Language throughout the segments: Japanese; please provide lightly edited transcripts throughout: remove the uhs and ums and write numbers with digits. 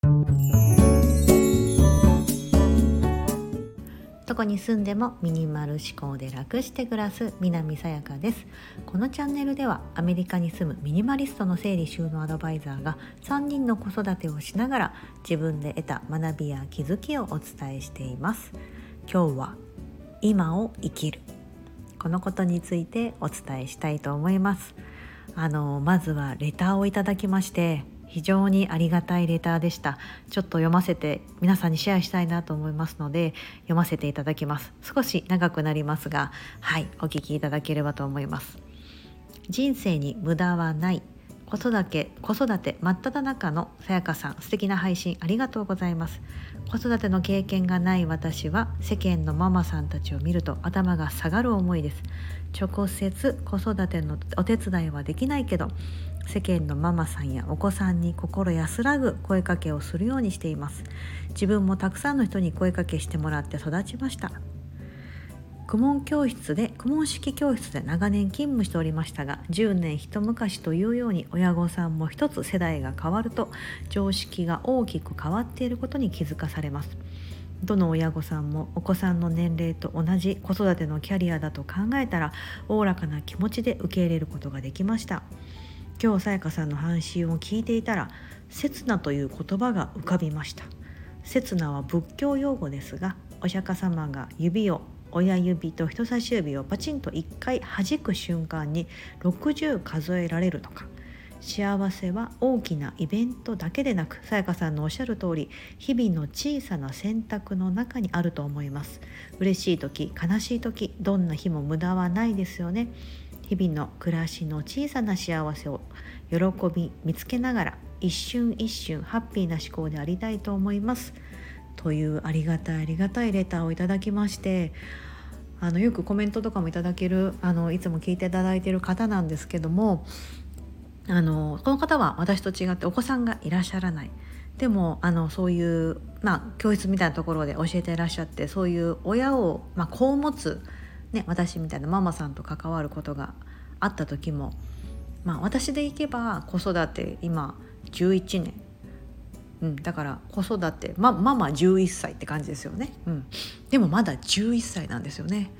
どこに住んでもミニマル思考で楽して暮らす南さやかです。このチャンネルではアメリカに住むミニマリストの整理収納アドバイザーが3人の子育てをしながら自分で得た学びや気づきをお伝えしています。今日は今を生きる、このことについてお伝えしたいと思います。まずはレターをいただきまして、非常にありがたいレターでした。ちょっと読ませて皆さんにシェアしたいなと思いますので読ませていただきます。少し長くなりますが、お聞きいただければと思います。人生に無駄はない。子育て真っ只中のさやかさん、素敵な配信ありがとうございます。子育ての経験がない私は世間のママさんたちを見ると頭が下がる思いです。直接子育てのお手伝いはできないけど、世間のママさんやお子さんに心安らぐ声かけをするようにしています。自分もたくさんの人に声かけしてもらって育ちました。公文式教室で長年勤務しておりましたが、10年一昔というように親御さんも一つ世代が変わると常識が大きく変わっていることに気づかされます。どの親御さんもお子さんの年齢と同じ子育てのキャリアだと考えたら、おおらかな気持ちで受け入れることができました。今日さやかさんの配信を聞いていたら、刹那という言葉が浮かびました。刹那は仏教用語ですが、お釈迦様が親指と人差し指をパチンと1回弾く瞬間に60数えられるとか、幸せは大きなイベントだけでなく、さやかさんのおっしゃる通り、日々の小さな選択の中にあると思います。嬉しい時、悲しい時、どんな日も無駄はないですよね。日々の暮らしの小さな幸せを喜び見つけながら、一瞬一瞬ハッピーな思考でありたいと思います、というありがたいレターをいただきまして、よくコメントとかもいただけるいつも聞いていただいている方なんですけども、この方は私と違ってお子さんがいらっしゃらない。でもそういう、教室みたいなところで教えていらっしゃって、そういう親を、子を持つ、私みたいなママさんと関わることがあった時も、私でいけば子育て今11年、だから子育て、ママ11歳って感じですよね、でもまだ11歳なんですよね、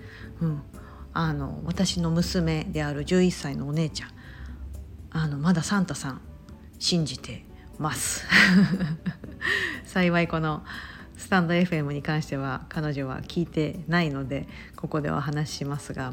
私の娘である11歳のお姉ちゃん、まだサンタさん信じてます幸いこのスタンド FM に関しては彼女は聞いてないのでここではお話ししますが、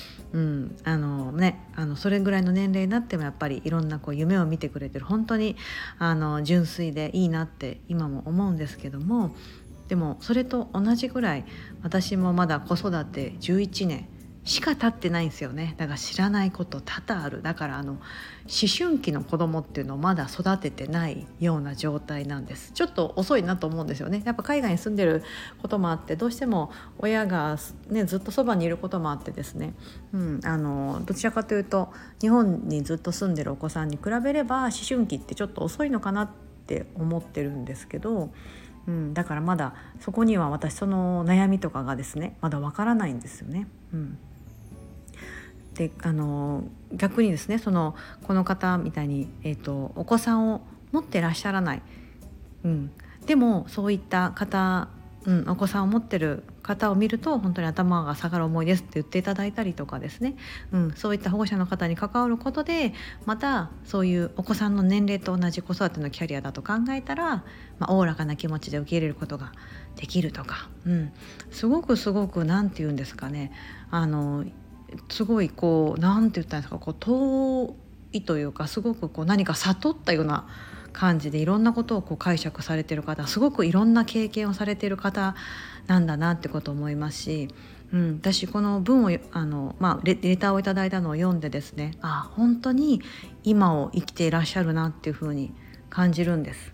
それぐらいの年齢になってもやっぱりいろんな夢を見てくれてる、本当に純粋でいいなって今も思うんですけども、でもそれと同じぐらい私もまだ子育て11年しか経ってないんですよね。だから知らないこと多々ある。だから思春期の子供っていうのをまだ育ててないような状態なんです。ちょっと遅いなと思うんですよね。やっぱ海外に住んでることもあって、どうしても親が、ずっとそばにいることもあってですね、どちらかというと日本にずっと住んでるお子さんに比べれば思春期ってちょっと遅いのかなって思ってるんですけど、だからまだそこには私その悩みとかがですねまだわからないんですよね。で逆にですね、この方みたいに、お子さんを持ってらっしゃらない、でもそういった方、お子さんを持ってる方を見ると本当に頭が下がる思いですって言っていただいたりとかですね、そういった保護者の方に関わることで、またそういうお子さんの年齢と同じ子育てのキャリアだと考えたら、おおらかな気持ちで受け入れることができるとか、すごくなんて言うんですかね、すごいなんて言ったんですか、遠いというか、すごく何か悟ったような感じでいろんなことを解釈されている方、すごくいろんな経験をされている方なんだなってことを思いますし、私この文をレターをいただいたのを読んでですね、本当に今を生きていらっしゃるなっていうふうに感じるんです。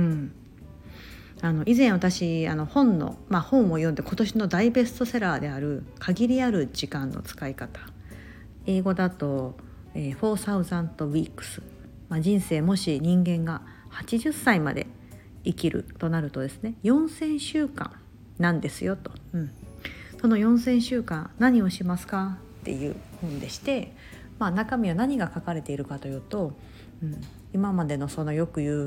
以前私本を読んで、今年の大ベストセラーである限りある時間の使い方、英語だと、4000 weeks、人生もし人間が80歳まで生きるとなるとですね、4000週間なんですよと、その4000週間何をしますかっていう本でして、中身は何が書かれているかというと、今までのそのよく言う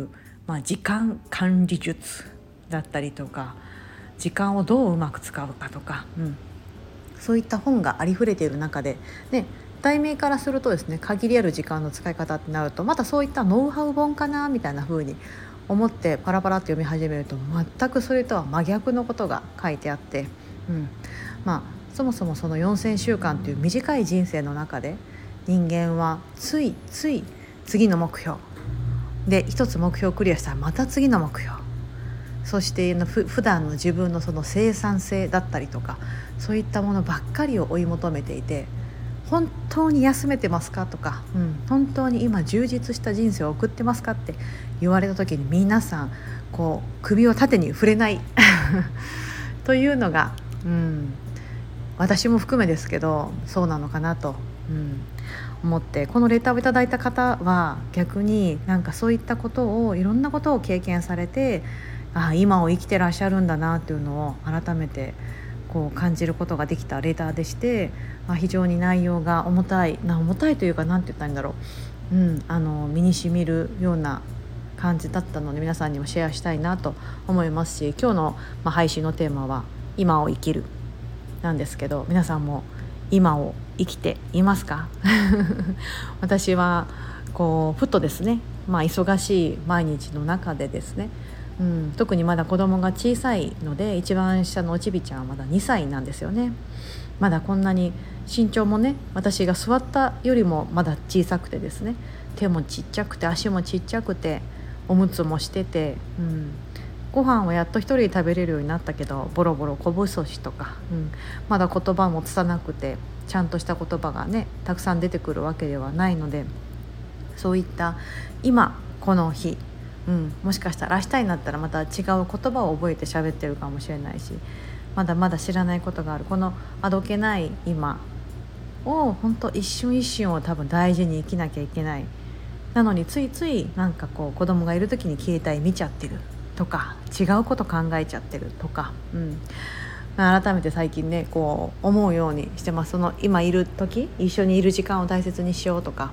時間管理術だったりとか、時間をどううまく使うかとか、そういった本がありふれている中で、題名からするとですね、限りある時間の使い方ってなると、またそういったノウハウ本かなみたいな風に思ってパラパラって読み始めると、全くそれとは真逆のことが書いてあって、そもそもその4000週間という短い人生の中で、人間はついつい次の目標で、一つ目標をクリアしたらまた次の目標、そして普段の自分のその生産性だったりとか、そういったものばっかりを追い求めていて、本当に休めてますかとか、本当に今充実した人生を送ってますかって言われた時に、皆さん首を縦に触れないというのが、私も含めですけど、そうなのかなと、思って、このレターをいただいた方は逆にそういったことを、いろんなことを経験されて、今を生きてらっしゃるんだなっていうのを改めて感じることができたレターでして、非常に内容が重たいというか、なんて言ったらいいんだろう、身に染みるような感じだったので、皆さんにもシェアしたいなと思いますし、今日の配信のテーマは今を生きるなんですけど、皆さんも今を生きていますか？私はふとですね、忙しい毎日の中でですね、特にまだ子供が小さいので、一番下のおちびちゃんはまだ2歳なんですよね。まだこんなに身長もね、私が座ったよりもまだ小さくてですね、手もちっちゃくて足もちっちゃくて、おむつもしてて、ご飯をやっと一人で食べれるようになったけど、ボロボロこぼそしとか、まだ言葉も拙くて、ちゃんとした言葉がねたくさん出てくるわけではないので、そういった今この日、もしかしたら明日になったらまた違う言葉を覚えて喋ってるかもしれないし、まだまだ知らないことがある、このあどけない今を本当一瞬一瞬を多分大事に生きなきゃいけない。なのについつい子供がいる時に携帯見ちゃってるとか、違うこと考えちゃってるとか、改めて最近ね思うようにしてます。その今いる時、一緒にいる時間を大切にしようとか、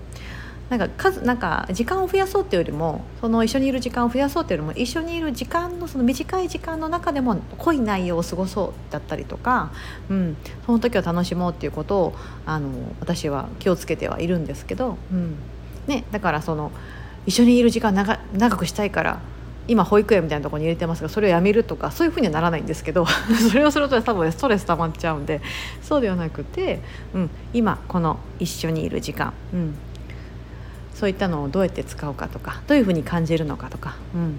時間を増やそうっていうよりも、その一緒にいる時間を増やそうっていうよりも、一緒にいる時間のその短い時間の中でも濃い内容を過ごそうだったりとか、その時を楽しもうっていうことを私は気をつけてはいるんですけど、だから一緒にいる時間長くしたいから今保育園みたいなところに入れてますが、それをやめるとかそういうふうにはならないんですけどそれをすると多分ストレス溜まっちゃうんで、そうではなくて、今この一緒にいる時間、そういったのをどうやって使うかとか、どういうふうに感じるのかとか、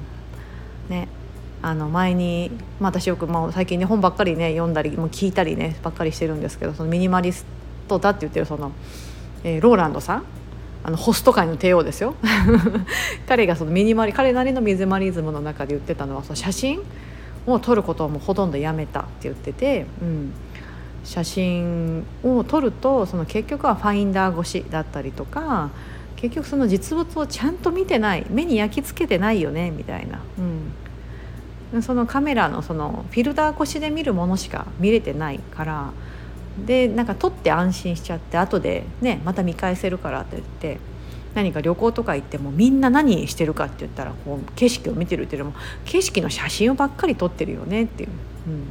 前に、私よく最近ね本ばっかりね読んだり聞いたりねばっかりしてるんですけど、そのミニマリストだって言ってるローランドさん、ホスト界の帝王ですよ彼が彼なりのミニマリズムの中で言ってたのは、写真を撮ることをもうほとんどやめたって言ってて、写真を撮ると結局はファインダー越しだったりとか、結局その実物をちゃんと見てない、目に焼き付けてないよねみたいな、そのカメラのフィルター越しで見るものしか見れてないから、で撮って安心しちゃって、後でねまた見返せるからって言って、何か旅行とか行ってもみんな何してるかって言ったら景色を見てるっていうよりも景色の写真をばっかり撮ってるよねっていう、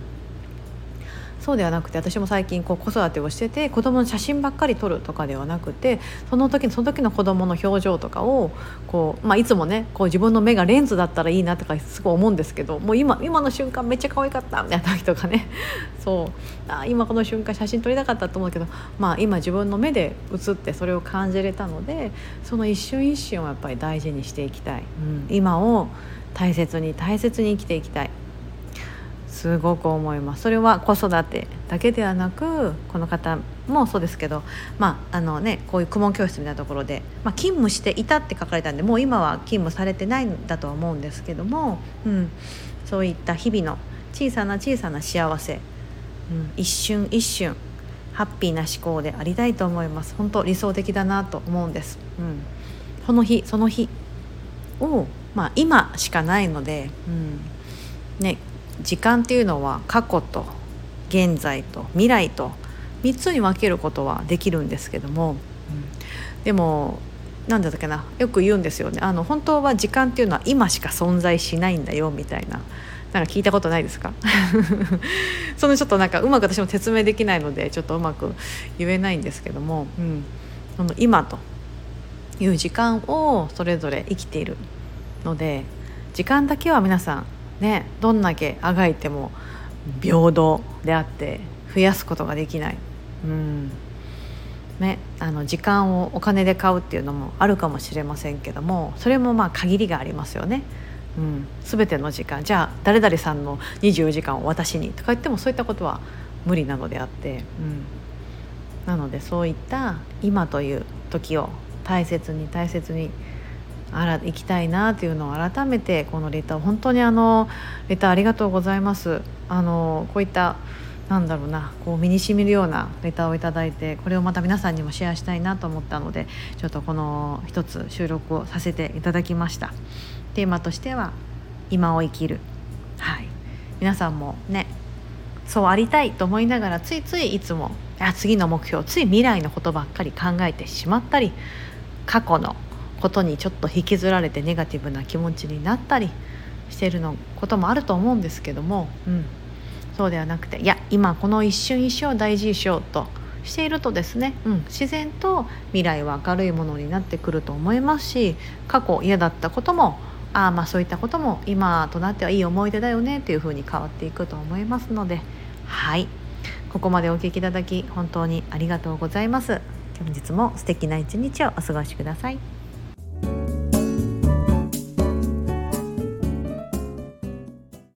そうではなくて、私も最近子育てをしてて、子供の写真ばっかり撮るとかではなくて、その時の子供の表情とかをいつもね自分の目がレンズだったらいいなとかすごい思うんですけど、もう今の瞬間めっちゃ可愛かったみたいな時とかね今この瞬間写真撮りたかったと思うけど、今自分の目で写ってそれを感じれたので、その一瞬一瞬をやっぱり大事にしていきたい、今を大切に生きていきたい、すごく思います。それは子育てだけではなく、この方もそうですけど、こういう公文教室みたいなところで、勤務していたって書かれたんで、もう今は勤務されてないんだとは思うんですけども、そういった日々の小さな幸せ、一瞬一瞬ハッピーな思考でありたいと思います。本当理想的だなと思うんです、その日を、今しかないので、時間っていうのは過去と現在と未来と3つに分けることはできるんですけども、でもなんだっけな、よく言うんですよね。本当は時間っていうのは今しか存在しないんだよみたいな、なんか聞いたことないですか？そのちょっとなんかうまく私も説明できないのでちょっとうまく言えないんですけども、その今という時間をそれぞれ生きているので、時間だけは皆さんね、どんだけあがいても平等であって増やすことができない。時間をお金で買うっていうのもあるかもしれませんけども、それもまあ限りがありますよね。全ての時間、じゃあ誰々さんの24時間を私にとか言ってもそういったことは無理なのであって、なのでそういった今という時を大切に大切に生きたいなというのを改めて、このレター本当にレターありがとうございます。こういったなんだろうな、こう身に染みるようなレターをいただいて、これをまた皆さんにもシェアしたいなと思ったので、ちょっとこの一つ収録をさせていただきました。テーマとしては今を生きる。皆さんもね、そうありたいと思いながらついついいつも次の目標、つい未来のことばっかり考えてしまったり、過去のことにちょっと引きずられてネガティブな気持ちになったりしていることもあると思うんですけども、そうではなくて、今この一瞬一瞬を大事にしようとしているとですね、自然と未来は明るいものになってくると思いますし、過去嫌だったこともそういったことも今となってはいい思い出だよねというふうに変わっていくと思いますので、ここまでお聞きいただき本当にありがとうございます。本日も素敵な一日をお過ごしください。